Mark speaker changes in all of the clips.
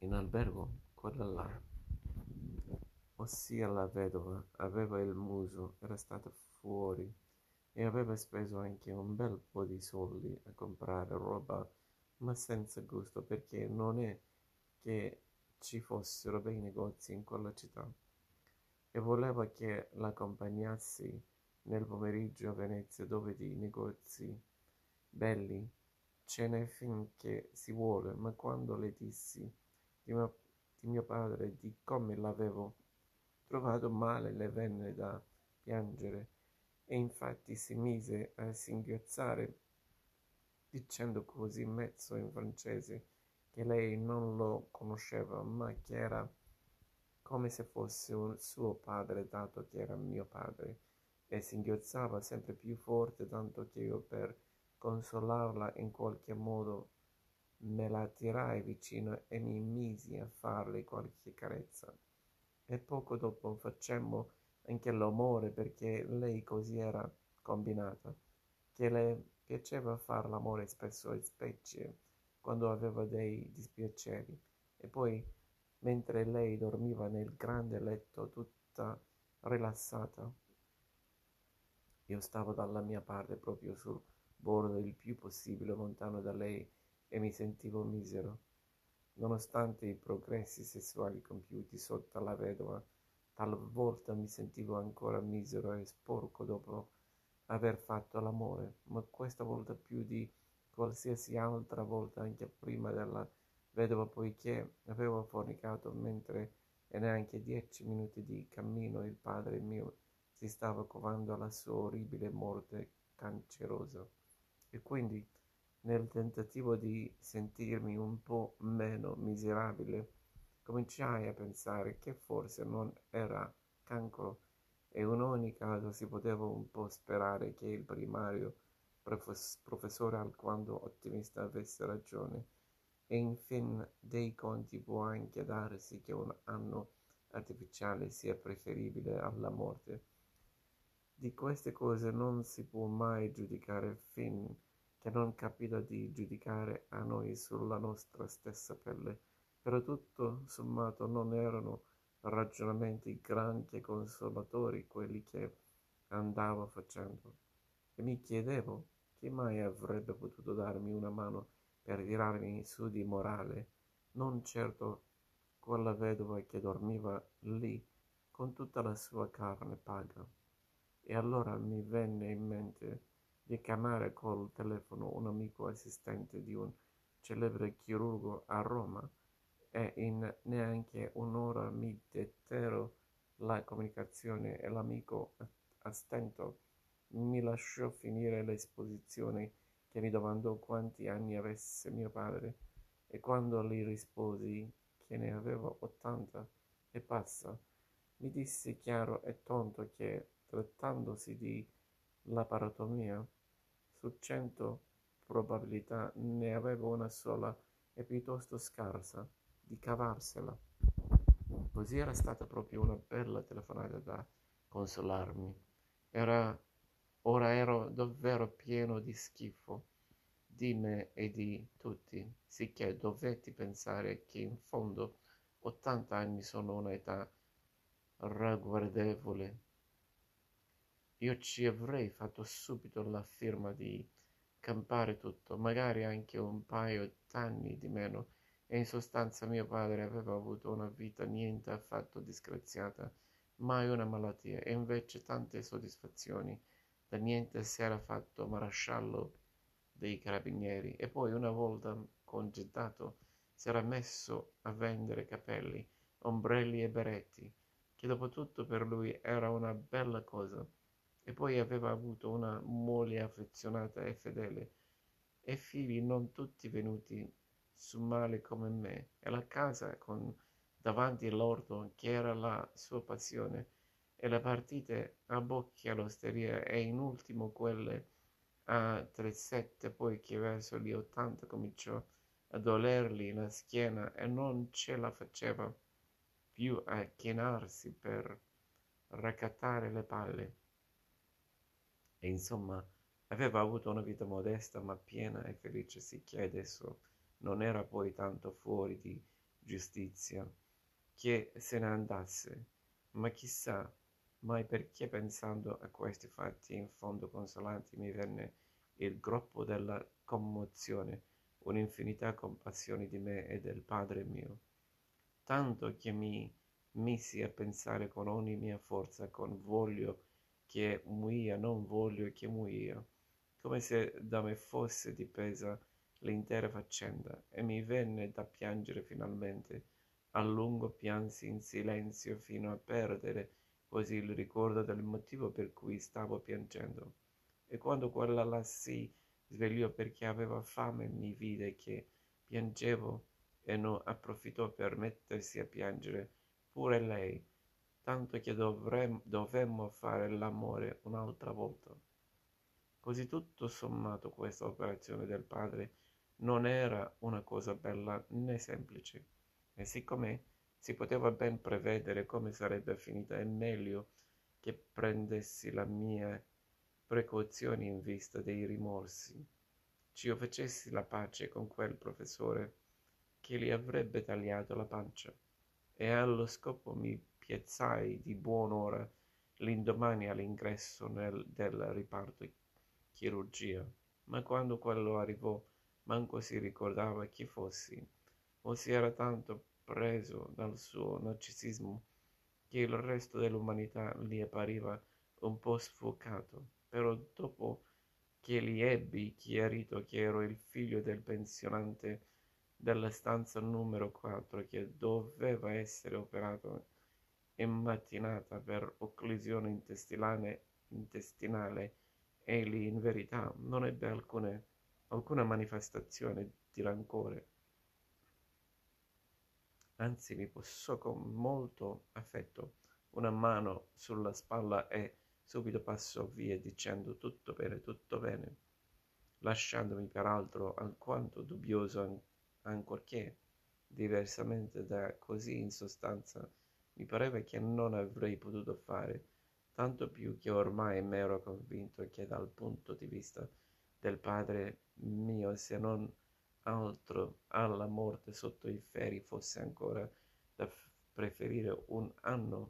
Speaker 1: In albergo, quella là, ossia la vedova, aveva il muso, era stata fuori e aveva speso anche un bel po' di soldi a comprare roba, ma senza gusto, perché non è che ci fossero bei negozi in quella città. E voleva che l'accompagnassi nel pomeriggio a Venezia, dove di negozi belli ce n'è finché si vuole, ma quando le dissi di mio padre di come l'avevo trovato male, le venne da piangere e infatti si mise a singhiozzare dicendo così mezzo in francese che lei non lo conosceva, ma che era come se fosse un suo padre, dato che era mio padre, e singhiozzava sempre più forte, tanto che io per consolarla in qualche modo me la tirai vicino e mi misi a farle qualche carezza. E poco dopo facemmo anche l'amore perché lei così era combinata, che le piaceva far l'amore spesso e specie quando aveva dei dispiaceri. E poi, mentre lei dormiva nel grande letto tutta rilassata, io stavo dalla mia parte proprio sul bordo il più possibile lontano da lei e mi sentivo misero. Nonostante i progressi sessuali compiuti sotto la vedova, talvolta mi sentivo ancora misero e sporco dopo aver fatto l'amore, ma questa volta più di qualsiasi altra volta anche prima della vedova, poiché avevo fornicato mentre e neanche 10 minuti di cammino il padre mio si stava covando alla sua orribile morte cancerosa. E quindi, nel tentativo di sentirmi un po' meno miserabile, cominciai a pensare che forse non era cancro e in ogni caso si poteva un po' sperare che il primario professore alquanto ottimista avesse ragione e in fin dei conti può anche darsi che un anno artificiale sia preferibile alla morte. Di queste cose non si può mai giudicare fin che non capita di giudicare a noi sulla nostra stessa pelle, però tutto sommato non erano ragionamenti granché consolatori quelli che andavo facendo, e mi chiedevo chi mai avrebbe potuto darmi una mano per tirarmi su di morale, non certo quella vedova che dormiva lì con tutta la sua carne paga. E allora mi venne in mente di chiamare col telefono un amico assistente di un celebre chirurgo a Roma e in neanche un'ora mi dettero la comunicazione e l'amico a stento mi lasciò finire l'esposizione che mi domandò quanti anni avesse mio padre e quando gli risposi che ne avevo 80 e passa, mi disse chiaro e tonto che, trattandosi di laparotomia, su 100 probabilità ne avevo una sola e piuttosto scarsa di cavarsela. Così era stata proprio una bella telefonata da consolarmi. Era, ora ero davvero pieno di schifo di me e di tutti, sicché dovetti pensare che in fondo 80 anni sono un'età ragguardevole. Io ci avrei fatto subito la firma di campare tutto, magari anche un paio d'anni di meno, e in sostanza mio padre aveva avuto una vita niente affatto disgraziata, mai una malattia, e invece tante soddisfazioni. Da niente si era fatto maresciallo dei carabinieri, e poi una volta congedato si era messo a vendere capelli, ombrelli e beretti, che dopo tutto per lui era una bella cosa, e poi aveva avuto una moglie affezionata e fedele, e figli non tutti venuti su male come me, e la casa con davanti l'orto che era la sua passione, e le partite a bocchi all'osteria, e in ultimo quelle a 37, poi che verso gli 80 cominciò a dolergli la schiena e non ce la faceva più a chinarsi per raccattare le palle. E insomma, aveva avuto una vita modesta ma piena e felice, sicché adesso non era poi tanto fuori di giustizia che se ne andasse, ma chissà mai perché pensando a questi fatti in fondo consolanti mi venne il groppo della commozione, un'infinità compassione di me e del padre mio, tanto che mi misi a pensare con ogni mia forza, con voglio che muoia, non voglio che muoia, come se da me fosse dipesa l'intera faccenda, e mi venne da piangere finalmente. A lungo piansi in silenzio fino a perdere così il ricordo del motivo per cui stavo piangendo. E quando quella là si svegliò perché aveva fame, mi vide che piangevo e non approfittò per mettersi a piangere pure lei, tanto che dovemmo fare l'amore un'altra volta. Così tutto sommato questa operazione del padre non era una cosa bella né semplice, e siccome si poteva ben prevedere come sarebbe finita, è meglio che prendessi le mie precauzioni in vista dei rimorsi. Ci io facessi la pace con quel professore che gli avrebbe tagliato la pancia, e allo scopo mi piazzai di buon'ora l'indomani all'ingresso del riparto chirurgia, ma quando quello arrivò manco si ricordava chi fossi, o si era tanto preso dal suo narcisismo che il resto dell'umanità gli appariva un po' sfocato, però dopo che gli ebbi chiarito che ero il figlio del pensionante della stanza numero 4 che doveva essere operato in mattinata per occlusione intestinale, egli in verità non ebbe alcuna manifestazione di rancore, anzi mi posò con molto affetto una mano sulla spalla e subito passò via dicendo tutto bene, lasciandomi peraltro alquanto dubbioso, ancorché diversamente da così in sostanza mi pareva che non avrei potuto fare, tanto più che ormai m'ero convinto che dal punto di vista del padre mio, se non altro alla morte sotto i ferri, fosse ancora da preferire un anno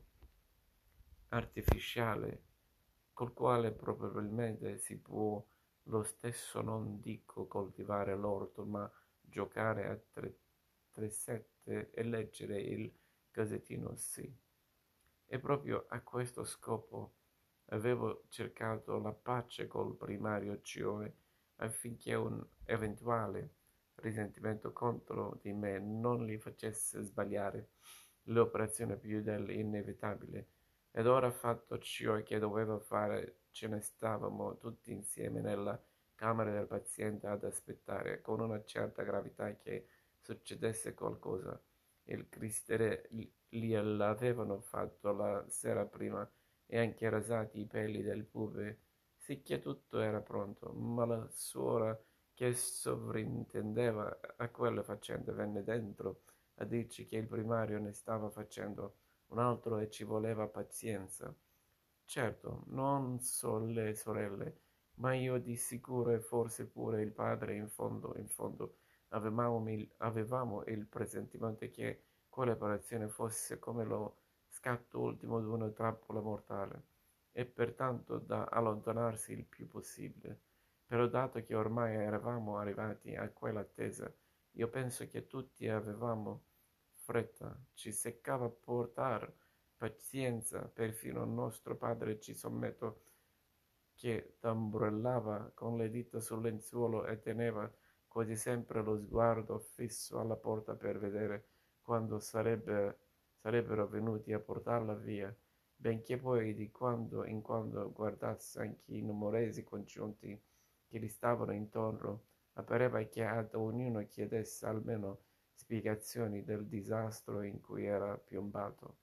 Speaker 1: artificiale, col quale probabilmente si può lo stesso non dico coltivare l'orto, ma giocare a tresette e leggere il Gazettino, sì. E proprio a questo scopo avevo cercato la pace col primario Cione affinché un eventuale risentimento contro di me non li facesse sbagliare l'operazione più dell'inevitabile. Ed ora fatto ciò che doveva fare, ce ne stavamo tutti insieme nella camera del paziente ad aspettare con una certa gravità che succedesse qualcosa. Il cristere gliel'avevano fatto la sera prima e anche rasati i peli del pube, sicché tutto era pronto, ma la suora che sovrintendeva a quelle faccende venne dentro a dirci che il primario ne stava facendo un altro e ci voleva pazienza. Certo, non so le sorelle, ma io di sicuro e forse pure il padre in fondo, avevamo il presentimento che quell'operazione fosse come lo scatto ultimo di una trappola mortale, e pertanto da allontanarsi il più possibile. Però dato che ormai eravamo arrivati a quell'attesa, io penso che tutti avevamo fretta, ci seccava portar pazienza, perfino nostro padre ci sommetto che tamburellava con le dita sul lenzuolo e teneva quasi sempre lo sguardo fisso alla porta per vedere quando sarebbero venuti a portarla via, benché poi di quando in quando guardasse anche i numerosi congiunti che gli stavano intorno, appariva che ad ognuno chiedesse almeno spiegazioni del disastro in cui era piombato.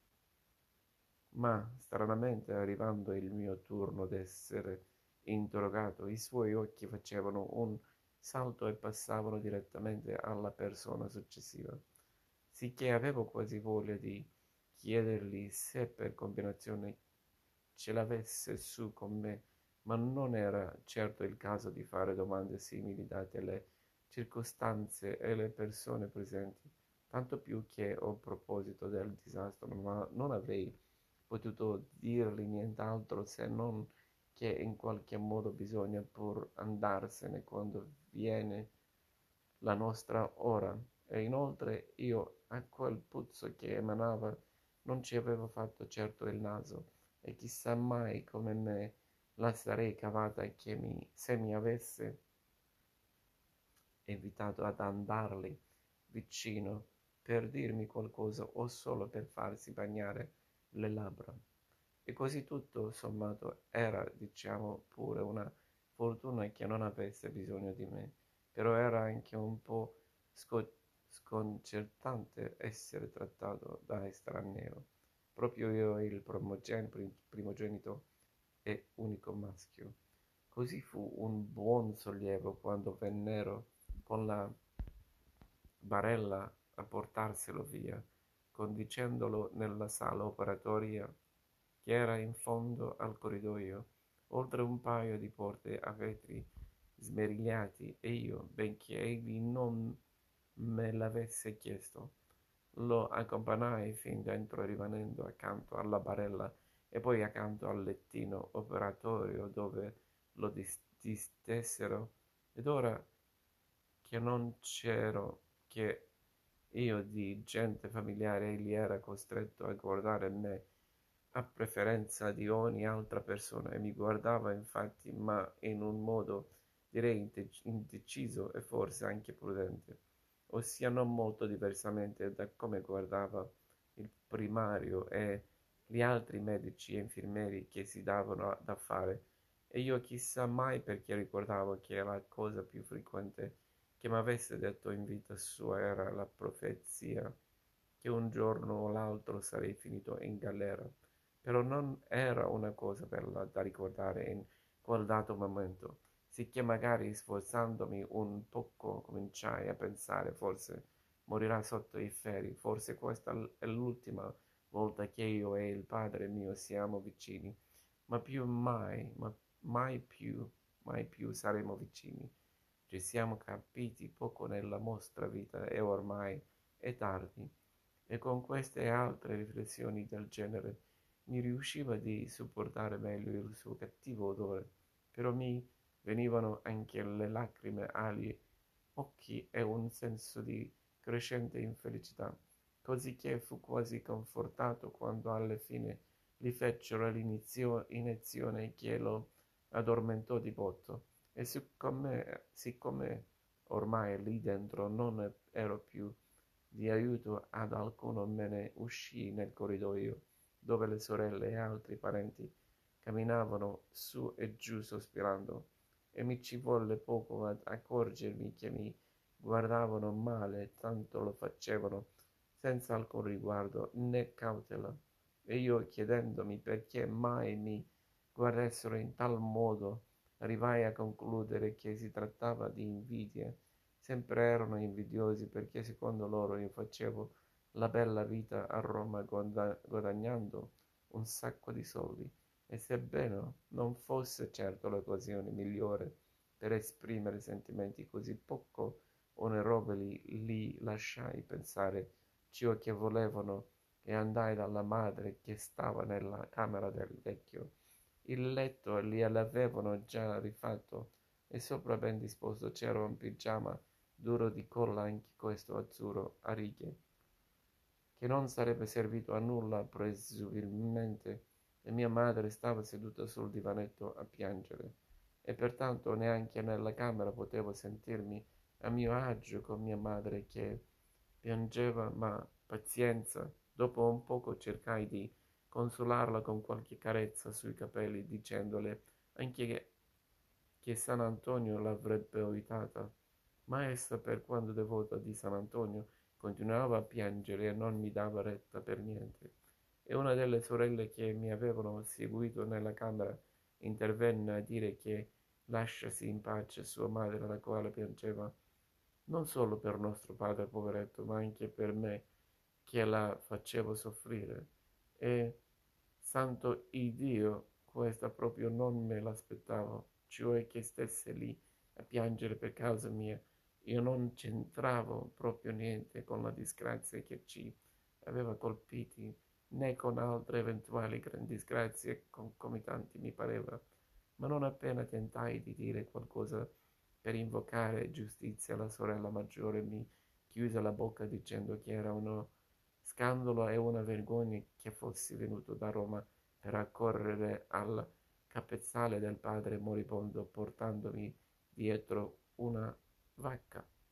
Speaker 1: Ma, stranamente, arrivando il mio turno d'essere interrogato, i suoi occhi facevano un salto e passavano direttamente alla persona successiva, sicché avevo quasi voglia di chiedergli se per combinazione ce l'avesse su con me, ma non era certo il caso di fare domande simili date le circostanze e le persone presenti, tanto più che a proposito del disastro, ma non avrei potuto dirgli nient'altro se non che in qualche modo bisogna pur andarsene quando viene la nostra ora. E inoltre io a quel puzzo che emanava non ci avevo fatto certo il naso, e chissà mai come me la sarei cavata se mi avesse invitato ad andarli vicino per dirmi qualcosa o solo per farsi bagnare le labbra. E così tutto sommato era, diciamo, pure una fortuna che non avesse bisogno di me, però era anche un po' sconcertante essere trattato da estraneo, proprio io il primogenito e unico maschio. Così fu un buon sollievo quando vennero con la barella a portarselo via, conducendolo nella sala operatoria che era in fondo al corridoio, oltre un paio di porte a vetri smerigliati, e io, benché egli non me l'avesse chiesto, lo accompagnai fin dentro rimanendo accanto alla barella e poi accanto al lettino operatorio dove lo distessero, ed ora che non c'ero che io di gente familiare, egli era costretto a guardare me a preferenza di ogni altra persona, e mi guardava infatti, ma in un modo direi indeciso e forse anche prudente, ossia non molto diversamente da come guardava il primario e gli altri medici e infermieri che si davano da fare. E io chissà mai perché ricordavo che la cosa più frequente che mi avesse detto in vita sua era la profezia che un giorno o l'altro sarei finito in galera. Però non era una cosa bella da ricordare in quel dato momento, sicché magari sforzandomi un poco cominciai a pensare: forse morirà sotto i ferri, forse questa è l'ultima volta che io e il padre mio siamo vicini, ma più mai, mai più saremo vicini. Ci siamo capiti poco nella nostra vita e ormai è tardi. E con queste e altre riflessioni del genere mi riusciva di sopportare meglio il suo cattivo odore, però mi venivano anche le lacrime agli occhi e un senso di crescente infelicità, così che fu quasi confortato quando alla fine gli fecero l'iniezione che lo addormentò di botto. E siccome ormai lì dentro non ero più di aiuto ad alcuno, me ne uscii nel corridoio, dove le sorelle e altri parenti camminavano su e giù sospirando, e mi ci volle poco ad accorgermi che mi guardavano male, tanto lo facevano senza alcun riguardo né cautela, e io, chiedendomi perché mai mi guardassero in tal modo, arrivai a concludere che si trattava di invidie. Sempre erano invidiosi perché secondo loro io facevo la bella vita a Roma guadagnando un sacco di soldi, e sebbene non fosse certo l'occasione migliore per esprimere sentimenti così poco onorevoli, li lasciai pensare ciò che volevano e andai dalla madre che stava nella camera del vecchio. Il letto l'avevano già rifatto e sopra ben disposto c'era un pigiama duro di colla, anche questo azzurro a righe, che non sarebbe servito a nulla presumibilmente, e mia madre stava seduta sul divanetto a piangere, e pertanto neanche nella camera potevo sentirmi a mio agio con mia madre che piangeva, ma pazienza. Dopo un poco cercai di consolarla con qualche carezza sui capelli, dicendole anche che San Antonio l'avrebbe aiutata, ma essa, per quanto devota di San Antonio, continuava a piangere e non mi dava retta per niente. E una delle sorelle che mi avevano seguito nella camera intervenne a dire che lasciasi in pace sua madre, la quale piangeva non solo per nostro padre poveretto, ma anche per me che la facevo soffrire. E santo Iddio, questa proprio non me l'aspettavo, cioè che stesse lì a piangere per causa mia. Io non c'entravo proprio niente con la disgrazia che ci aveva colpiti, né con altre eventuali disgrazie concomitanti, mi pareva. Ma non appena tentai di dire qualcosa per invocare giustizia, la sorella maggiore mi chiuse la bocca dicendo che era uno scandalo e una vergogna che fossi venuto da Roma per accorrere al capezzale del padre moribondo portandomi dietro una vacca.